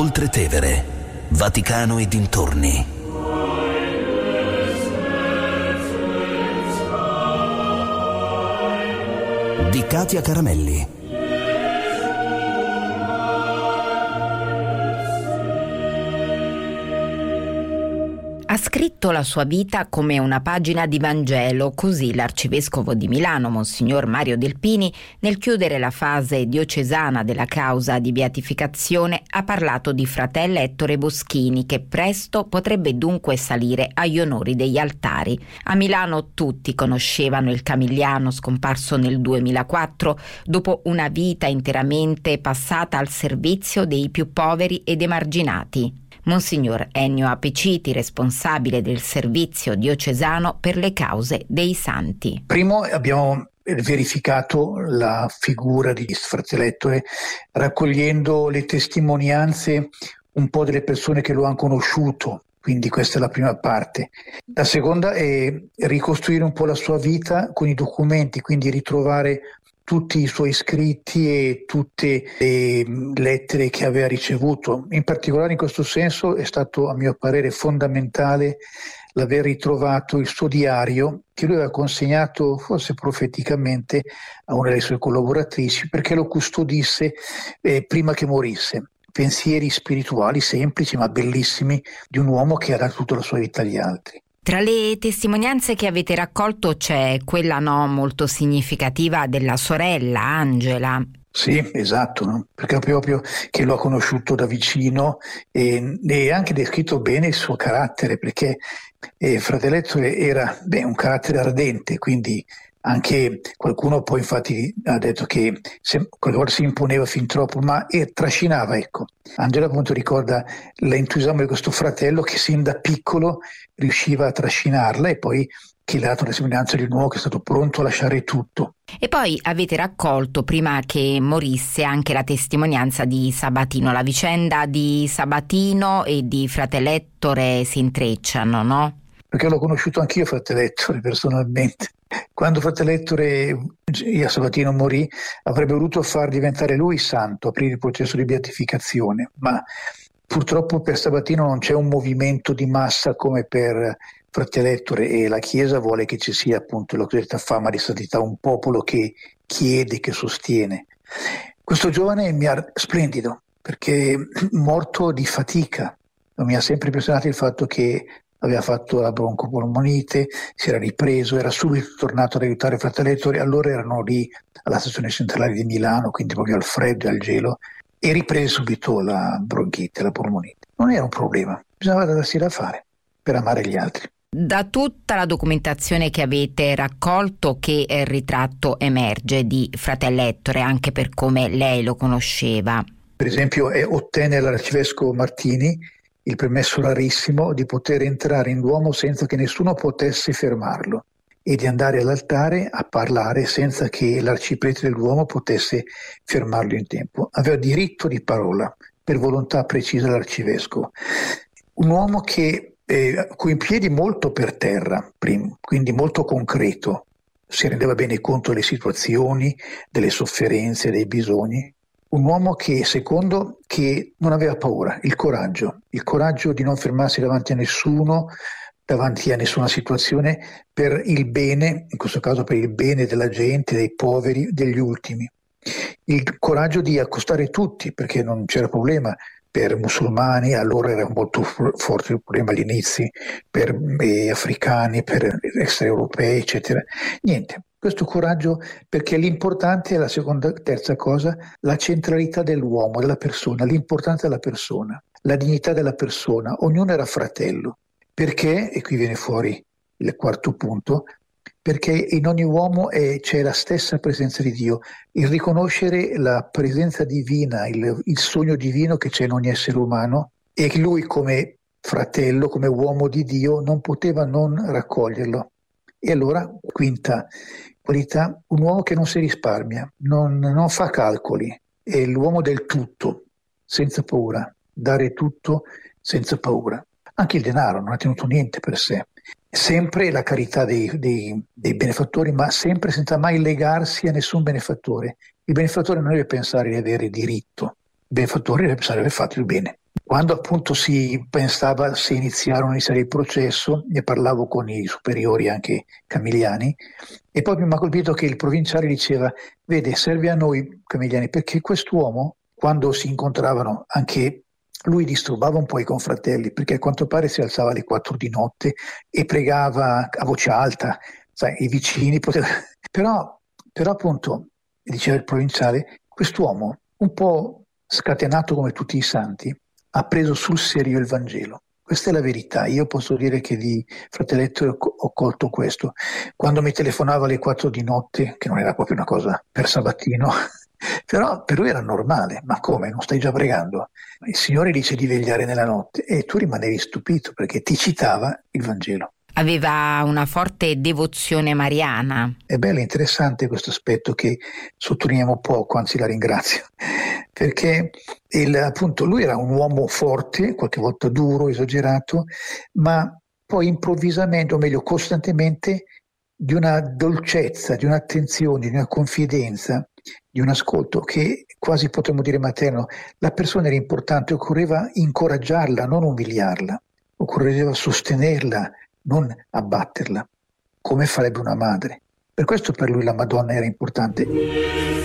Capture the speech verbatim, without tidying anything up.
Oltre Tevere, Vaticano e dintorni. Di Katia Caramelli. Ha scritto la sua vita come una pagina di Vangelo, così l'arcivescovo di Milano, Monsignor Mario Delpini, nel chiudere la fase diocesana della causa di beatificazione, ha parlato di fratello Ettore Boschini, che presto potrebbe dunque salire agli onori degli altari. A Milano tutti conoscevano il Camigliano, scomparso nel duemilaquattro, dopo una vita interamente passata al servizio dei più poveri ed emarginati. Monsignor Ennio Apiciti, responsabile del servizio diocesano per le cause dei santi. Primo abbiamo verificato la figura di fratello Ettore raccogliendo le testimonianze un po' delle persone che lo hanno conosciuto, quindi questa è la prima parte. La seconda è ricostruire un po' la sua vita con i documenti, quindi ritrovare tutti i suoi scritti e tutte le lettere che aveva ricevuto. In particolare in questo senso è stato, a mio parere, fondamentale l'aver ritrovato il suo diario che lui aveva consegnato forse profeticamente a una delle sue collaboratrici perché lo custodisse eh, prima che morisse. Pensieri spirituali semplici ma bellissimi di un uomo che ha dato tutta la sua vita agli altri. Tra le testimonianze che avete raccolto c'è quella no molto significativa della sorella Angela. Sì, esatto, no? Perché proprio che lo ha conosciuto da vicino e, e anche descritto bene il suo carattere, perché eh, fratello Ettore era beh, un carattere ardente, quindi anche qualcuno poi infatti ha detto che se, qualche volta si imponeva fin troppo, ma e trascinava, ecco. Angela appunto ricorda l'entusiasmo di questo fratello che sin da piccolo riusciva a trascinarla e poi che le ha dato la testimonianza di un uomo che è stato pronto a lasciare tutto. E poi avete raccolto, prima che morisse, anche la testimonianza di Sabatino. La vicenda di Sabatino e di fratello Ettore si intrecciano, no? Perché l'ho conosciuto anch'io fratello Ettore personalmente. Quando fratello Ettore a Sabatino morì, avrebbe voluto far diventare lui santo, aprire il processo di beatificazione, ma purtroppo per Sabatino non c'è un movimento di massa come per fratello Ettore e la Chiesa vuole che ci sia appunto la cosiddetta fama di santità, un popolo che chiede, che sostiene. Questo giovane mi ha splendido perché morto di fatica, mi ha sempre impressionato il fatto che aveva fatto la broncopolmonite, si era ripreso, era subito tornato ad aiutare fratello Ettore, allora erano lì alla stazione centrale di Milano, quindi proprio al freddo e al gelo, e riprese subito la bronchite, la polmonite. Non era un problema, bisognava darsi da fare per amare gli altri. Da tutta la documentazione che avete raccolto, che eh, ritratto emerge di fratello Ettore, anche per come lei lo conosceva? Per esempio eh, ottenne l'arcivescovo Martini il permesso rarissimo di poter entrare in Duomo senza che nessuno potesse fermarlo e di andare all'altare a parlare senza che l'arciprete del Duomo potesse fermarlo in tempo. Aveva diritto di parola per volontà precisa dell'arcivescovo. Un uomo che eh, coi piedi molto per terra, primo, quindi molto concreto, si rendeva bene conto delle situazioni, delle sofferenze, dei bisogni. Un uomo che, secondo, che non aveva paura, il coraggio, il coraggio di non fermarsi davanti a nessuno, davanti a nessuna situazione, per il bene, in questo caso per il bene della gente, dei poveri, degli ultimi. Il coraggio di accostare tutti, perché non c'era problema per musulmani, allora era molto forte il problema agli inizi, per eh, africani, per extraeuropei, eccetera. Niente. Questo coraggio perché l'importante è la seconda, terza cosa, la centralità dell'uomo, della persona, l'importanza della persona, la dignità della persona. Ognuno era fratello. Perché, e qui viene fuori il quarto punto, perché in ogni uomo è, c'è la stessa presenza di Dio. Il riconoscere la presenza divina, il, il sogno divino che c'è in ogni essere umano e che lui come fratello, come uomo di Dio, non poteva non raccoglierlo. E allora, quinta qualità, un uomo che non si risparmia, non, non fa calcoli, è l'uomo del tutto, senza paura, dare tutto senza paura. Anche il denaro non ha tenuto niente per sé. Sempre la carità dei, dei, dei benefattori, ma sempre senza mai legarsi a nessun benefattore. Il benefattore non deve pensare di avere diritto, il benefattore deve pensare di aver fatto il bene. Quando appunto si pensava se iniziare o non iniziare il processo, ne parlavo con i superiori anche Camigliani, e poi mi ha colpito che il provinciale diceva: vede, serve a noi Camigliani perché quest'uomo, quando si incontravano, anche lui disturbava un po' i confratelli, perché a quanto pare si alzava alle quattro di notte e pregava a voce alta, sai, i vicini potevano... però, però appunto, diceva il provinciale, quest'uomo un po' scatenato come tutti i santi ha preso sul serio il Vangelo. Questa è la verità. Io posso dire che di Fratello Ettore ho colto questo. Quando mi telefonava alle quattro di notte, che non era proprio una cosa per sabattino, però per lui era normale. Ma come? Non stai già pregando? Il Signore dice di vegliare nella notte e tu rimanevi stupito perché ti citava il Vangelo. Aveva una forte devozione mariana. È bello, interessante questo aspetto che sottolineiamo poco, anzi la ringrazio, perché il, appunto lui era un uomo forte, qualche volta duro, esagerato, ma poi improvvisamente, o meglio costantemente, di una dolcezza, di un'attenzione, di una confidenza, di un ascolto che quasi potremmo dire materno. La persona era importante, occorreva incoraggiarla, non umiliarla, occorreva sostenerla, non abbatterla, come farebbe una madre. Per questo per lui la Madonna era importante.